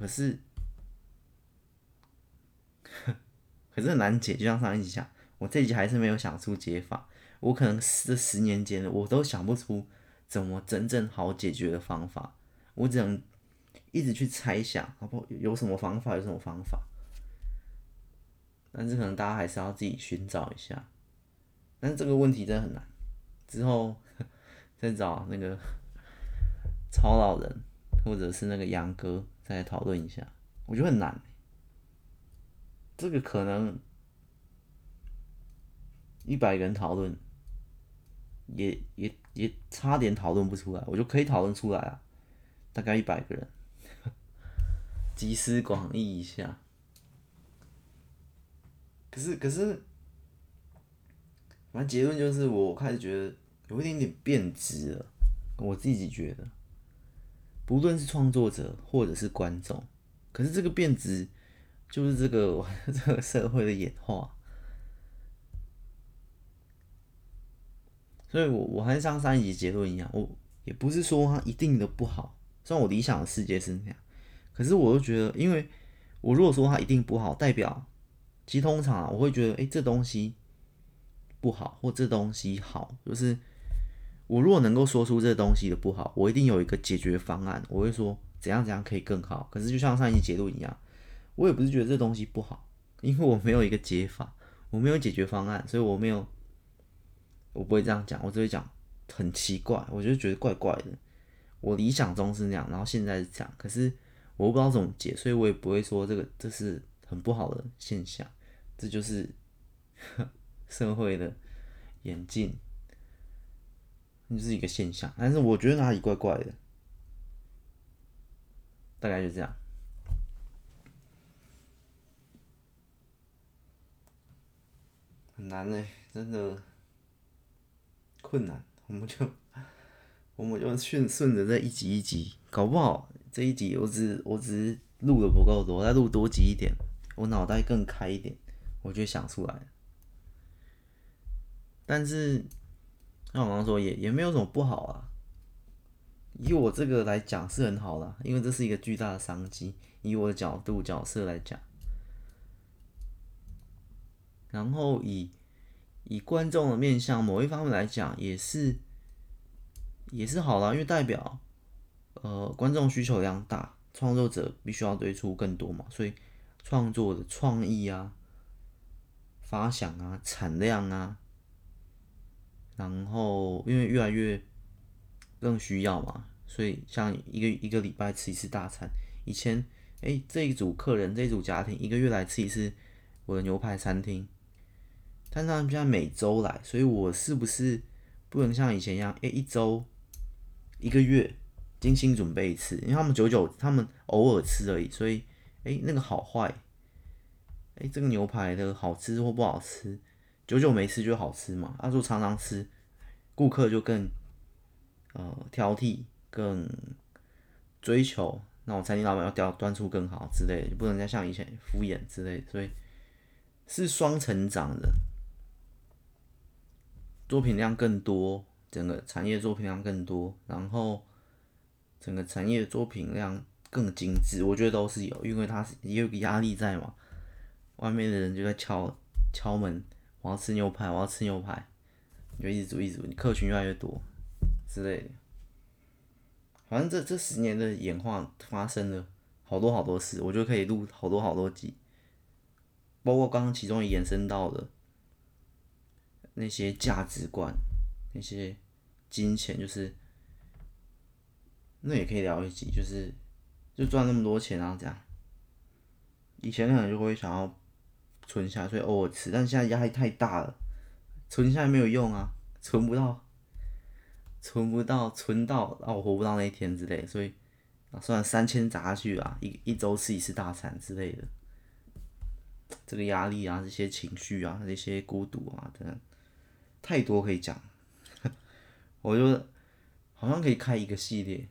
可是很难解，就像上一集讲，我这一集还是没有想出解法。我可能这10年间我都想不出怎么真正好解决的方法，我只能一直去猜想，好不好？有什么方法？有什么方法？但是可能大家还是要自己寻找一下。但是这个问题真的很难，之后再找那个超老人或者是那个杨哥再来讨论一下，我觉得很难。这个可能100个人讨论，也差点讨论不出来，我就可以讨论出来啊，大概100个人，集思广益一下。可是，反正结论就是，我开始觉得有一点点变质了，我自己觉得，不论是创作者或者是观众，可是这个变质就是这个这个社会的演化。所以我还是像上一集结论一样，我也不是说它一定的不好，虽然我理想的世界是那样，可是我又觉得，因为我如果说它一定不好，代表其实通常我会觉得，这东西不好或这东西好，就是我如果能够说出这东西的不好，我一定有一个解决方案，我会说怎样怎样可以更好。可是就像上一集解录一样，我也不是觉得这东西不好，因为我没有一个解法，我没有解决方案，所以我不会这样讲，我只会讲很奇怪，我就觉得怪怪的。我理想中是那样，然后现在是这样，可是我不知道怎么解，所以我也不会说这是很不好的现象，这就是社会的演进，就是一个现象。但是我觉得哪里怪怪的，大概就这样。很难嘞，真的困难。我们就顺着这一集一集，搞不好这一集我只是录的不够多，我再录多集一点，我脑袋更开一点，我就想出来了。但是像我刚刚说也没有什么不好啊，以我这个来讲是很好啦，因为这是一个巨大的商机。以我的角色来讲，然后以观众的面向某一方面来讲，也是好啦，因为代表观众需求量大，创作者必须要堆出更多嘛，所以创作的创意啊、发想啊、产量啊，然后因为越来越更需要嘛，所以像一个礼拜吃一次大餐，以前这一组客人这一组家庭一个月来吃一次我的牛排餐厅，但他们现在每周来，所以我是不是不能像以前一样，一周一个月精心准备一次？因为他们偶尔吃而已，所以那个好坏，这个牛排的好吃或不好吃，久久没吃就好吃嘛。如果常常吃，顾客就更挑剔，更追求那种餐厅老板要端出更好之类的，不能再像以前敷衍之类的，所以是双成长的。作品量更多，整个产业作品量更多，然后整个产业作品量更精致，我觉得都是有，因为它也有个压力在嘛，外面的人就在敲门，我要吃牛排，我要吃牛排，你就一直煮一直煮，你客群越来越多之类的。反正这10年的演化发生了好多好多事，我觉得可以录好多好多集，包括刚刚其中也延伸到的那些价值观，那些金钱，就是那也可以聊一集，就赚那么多钱啊，这样。以前可能就会想要存下来，所以偶尔吃，但现在压力太大了，存下来没有用啊，存到我活不到那一天之类的，所以算了3000砸下去啊，一周吃一次大餐之类的，这个压力啊，这些情绪啊，这些孤独啊，等等，太多可以讲，我觉得好像可以开一个系列，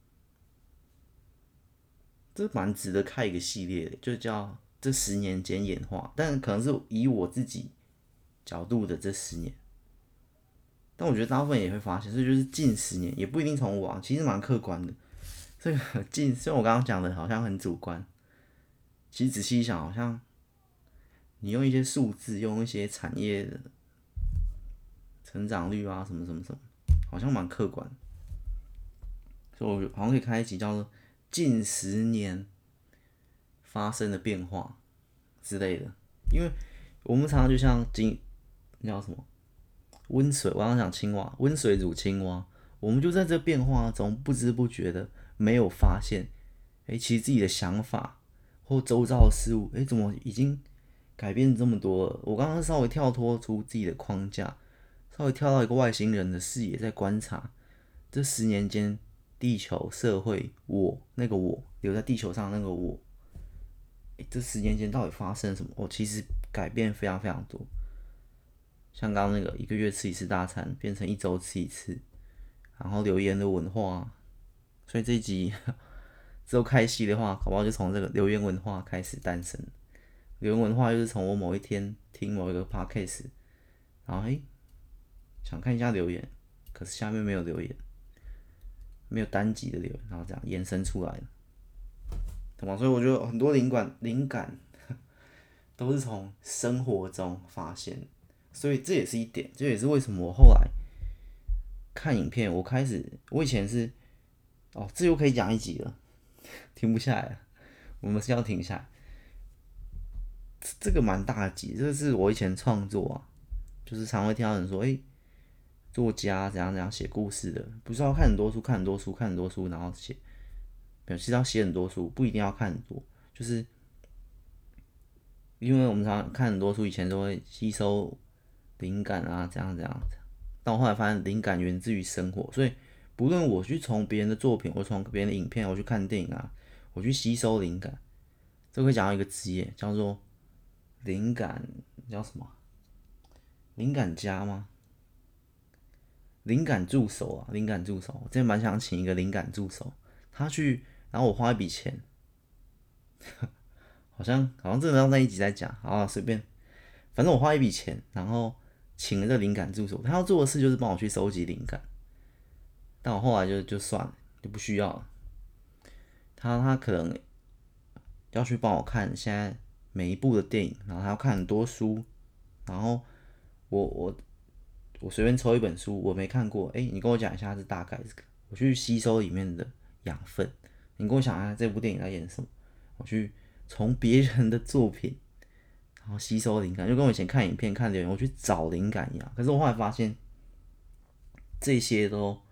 这蛮值得开一个系列的，就叫这10年间演化，但可能是以我自己角度的这10年，但我觉得大部分也会发现，这就是近10年，也不一定从我，其实蛮客观的。这个虽然我刚刚讲的好像很主观，其实仔细一想，好像你用一些数字，用一些产业的成长率啊，什么什么什么，好像蛮客观。所以我好像可以开一集叫做近10年发生的变化之类的，因为我们常常就像那叫什么温水，我刚刚讲青蛙，温水煮青蛙，我们就在这变化中不知不觉的没有发现，其实自己的想法或周遭的事物，怎么已经改变这么多了？我刚刚稍微跳脱出自己的框架，稍微跳到一个外星人的视野，在观察这10年间，地球、社会、那个我留在地球上的那个我，这10年间到底发生了什么？其实改变非常非常多。像刚刚那个一个月吃一次大餐，变成一周吃一次，然后留言的文化，所以这一集之后开戏的话，搞不好就从这个留言文化开始诞生。留言文化就是从我某一天听某一个 podcast，然后想看一下留言，可是下面没有留言，没有单集的留言，然后这样延伸出来的，懂吗？所以我觉得很多灵感都是从生活中发现，所以这也是一点，这也是为什么我后来看影片，我以前是这又可以讲一集了，停不下来了，我们是要停下来。这个蛮大的集，这个是我以前创作啊，就是常会听到人说，作家怎样怎样写故事的，不是要看很多书，看很多书，看很多书，然后写，其实要写很多书，不一定要看很多，就是因为我们常常看很多书，以前都会吸收灵感啊，怎样怎样。但我后来发现，灵感源自于生活，所以不论我去从别人的作品，我从别人的影片，我去看电影啊，我去吸收灵感，这会讲到一个职业叫做灵感，叫什么？灵感家吗？灵感助手啊，灵感助手。我之前蛮想请一个灵感助手，他去，然后我花一笔钱，好像真的要那一集再讲，好啊，随便，反正我花一笔钱，然后请了这个灵感助手，他要做的事就是帮我去收集灵感，但我后来就算了，就不需要了。他可能要去帮我看现在每一部的电影，然后他要看很多书，然后我我我随便抽一本书，我没看过，你跟我讲一下是大概这个，我去吸收里面的养分。你跟我讲一下这部电影在演什么，我去从别人的作品，然后吸收灵感，就跟我以前看影片、看留言，我去找灵感一样。可是我后来发现，这些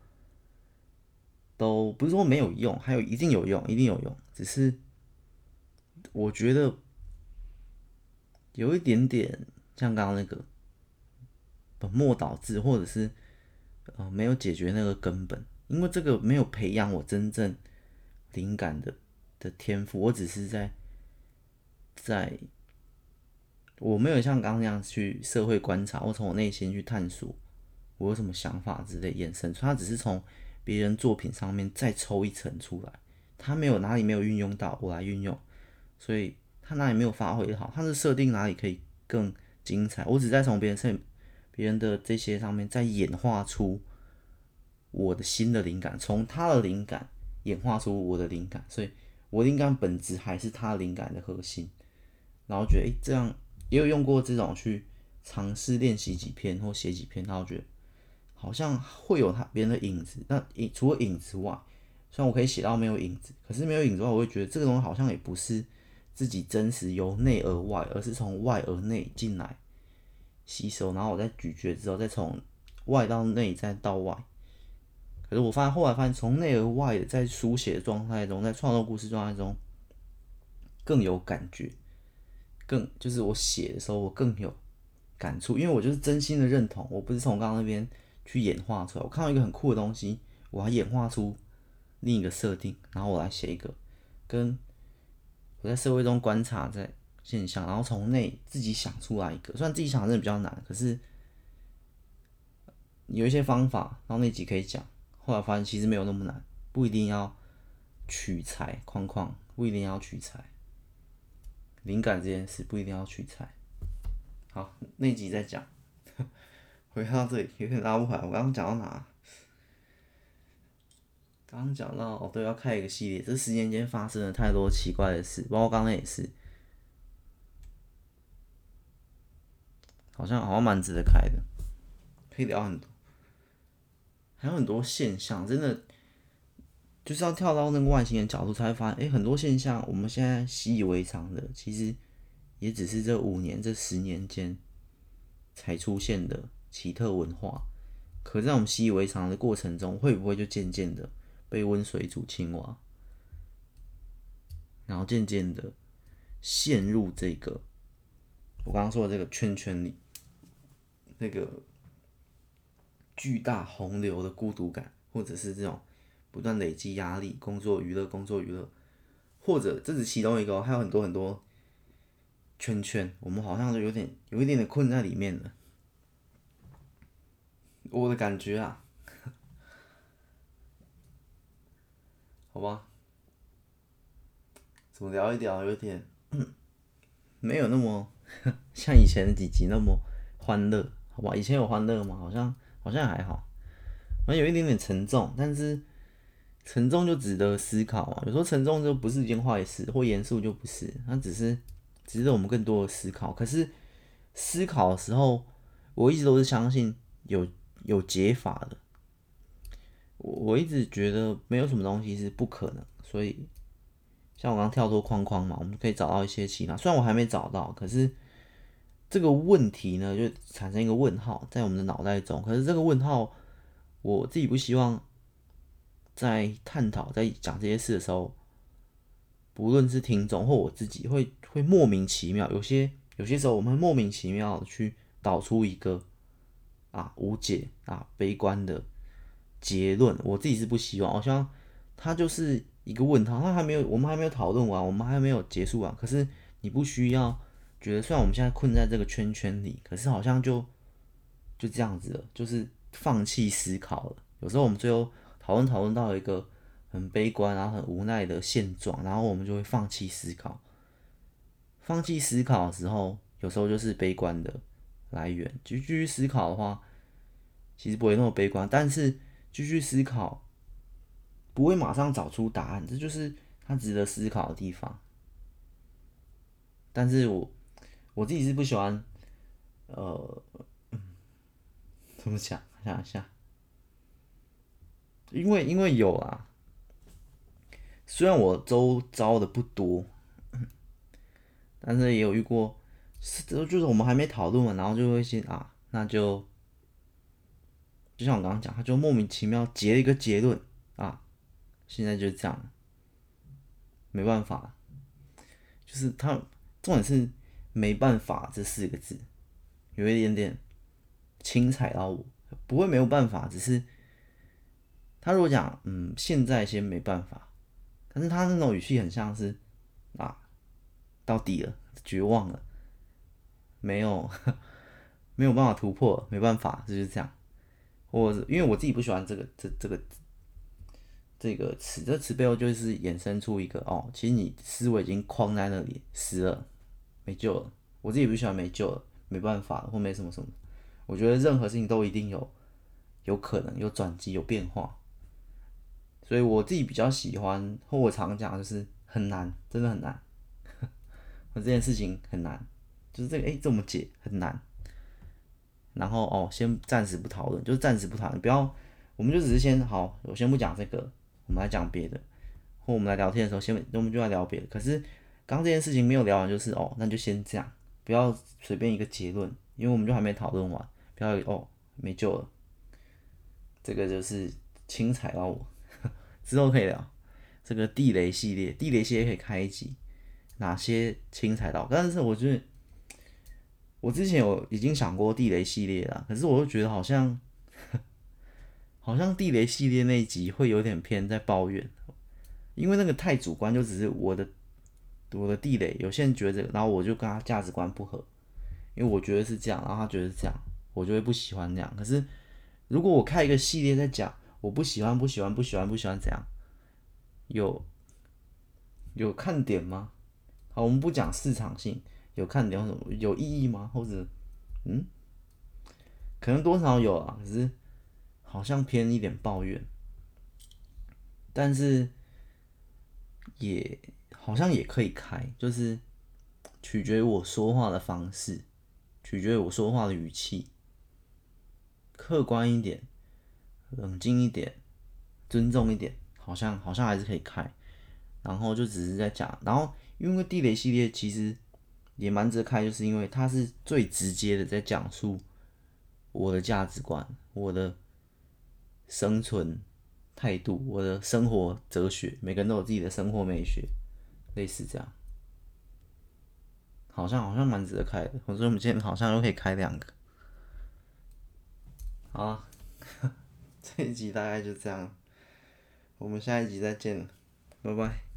都不是说没有用，还有一定有用，一定有用，只是我觉得有一点点像刚刚那个本末倒置，或者是没有解决那个根本，因为这个没有培养我真正灵感的天赋，我只是在我没有像刚刚那样去社会观察，或从我内心去探索我有什么想法之类衍生出，它只是从别人作品上面再抽一层出来，他没有哪里没有运用到，我来运用，所以他哪里没有发挥好，他的设定哪里可以更精彩，我只在从别人的这些上面再演化出我的新的灵感，从他的灵感演化出我的灵感，所以我灵感本质还是他灵感的核心。然后觉得这样也有用过这种去尝试练习几篇或写几篇，然后觉得好像会有别人的影子。那除了影之外，虽然我可以写到没有影子，可是没有影子的话，我会觉得这个东西好像也不是自己真实由内而外，而是从外而内进来吸收，然后我再咀嚼之后，再从外到内再到外。可是后来发现，从内而外的在书写的状态中，在创作故事状态中更有感觉，就是我写的时候我更有感触，因为我就是真心的认同，我不是从刚刚那边去演化出来。我看到一个很酷的东西，我要演化出另一个设定，然后我来写一个跟我在社会中观察在现象，然后从内自己想出来一个。虽然自己想的真的比较难，可是有一些方法，然后那集可以讲。后来发现其实没有那么难，不一定要取材框框，不一定要取材灵感这件事，不一定要取材。好，那集再讲。回到这里有点拉不回来，我刚刚讲到哪？刚刚讲到对，要开一个系列，这10年间发生了太多奇怪的事，包括刚刚也是，好像蛮值得开的，可以聊很多，还有很多现象，真的就是要跳到那个外星人角度，才会发现，很多现象我们现在习以为常的，其实也只是这5年、这10年间才出现的奇特文化。可在我们习以为常的过程中，会不会就渐渐的被温水煮青蛙，然后渐渐的陷入这个我刚刚说的这个圈圈里，那个巨大洪流的孤独感，或者是这种不断累积压力，工作娱乐，工作娱乐，或者这只是其中一个，还有很多很多圈圈，我们好像就有一点点困在里面了。我的感觉啊，好吧，怎么聊一聊，有点没有那么像以前的几集那么欢乐，好吧？以前有欢乐吗？好像还好，反正有一点点沉重，但是沉重就值得思考啊。有时候沉重就不是一件坏事，或严肃就不是，它只是值得我们更多的思考。可是思考的时候，我一直都是相信有解法的， 我一直觉得没有什么东西是不可能，所以像我刚跳脱框框嘛，我们可以找到一些其他。虽然我还没找到，可是这个问题呢，就产生一个问号在我们的脑袋中。可是这个问号，我自己不希望在探讨、在讲这些事的时候，不论是听众或我自己会莫名其妙，有些时候我们会莫名其妙的去导出一个无解悲观的结论。我自己是不希望，好像它就是一个问号，我们还没有讨论完，我们还没有结束完。可是你不需要觉得，虽然我们现在困在这个圈圈里，可是好像就这样子了，就是放弃思考了。有时候我们最后讨论到一个很悲观，然后很无奈的现状，然后我们就会放弃思考。放弃思考的时候，有时候就是悲观的来源。继续思考的话，其实不会那么悲观，但是继续思考不会马上找出答案，这就是他值得思考的地方。但是我自己是不喜欢，呃，怎么讲？想一下，因为有啊，虽然我周遭的不多，但是也有遇过，就是我们还没讨论完，然后就会先那就像我刚刚讲，他就莫名其妙结了一个结论现在就是这样，没办法，就是他重点是没办法这四个字，有一点点轻踩到我，不会没有办法，只是他如果讲现在先没办法，但是他那种语气很像是啊到底了，绝望了，没有没有办法突破了，没办法，就是这样。因为我自己不喜欢这个词，这词背后就是衍生出一个其实你思维已经框在那里，死了，没救了。我自己不喜欢没救了，没办法了，或没什么什么。我觉得任何事情都一定有可能有转机有变化，所以我自己比较喜欢，或我常讲就是很难，真的很难。这件事情很难，就是这个怎么解很难。然后先暂时不讨论，就是暂时不讨论，不要，我们就只是先好，我先不讲这个，我们来讲别的，或我们来聊天的时候，我们就来聊别的。可是刚这件事情没有聊完，就是那就先这样，不要随便一个结论，因为我们就还没讨论完，不要没救了，这个就是轻踩到我，之后可以聊这个地雷系列，地雷系列可以开一集，哪些轻踩到，但是我觉得。我之前已经想过地雷系列啦，可是我又觉得好像地雷系列那一集会有点偏在抱怨，因为那个太主观，就只是我的地雷，有些人觉得这个，然后我就跟他价值观不合，因为我觉得是这样，然后他觉得是这样，我就会不喜欢这样。可是如果我开一个系列在讲我不喜欢怎样，有有看点吗？好，我们不讲市场性，有看点或什么有意义吗？或者可能多少有啊，可是好像偏一点抱怨，但是也好像也可以开，就是取决于我说话的方式，取决于我说话的语气，客观一点，冷静一点，尊重一点，好像还是可以开。然后就只是在讲，然后因为地雷系列其实也蛮值得开，就是因为它是最直接的在讲述我的价值观，我的生存态度，我的生活哲学，每个人都有自己的生活美学，类似这样，好像蛮值得开的。我说我们今天好像又可以开2个，好啊，这一集大概就这样，我们下一集再见了，拜拜。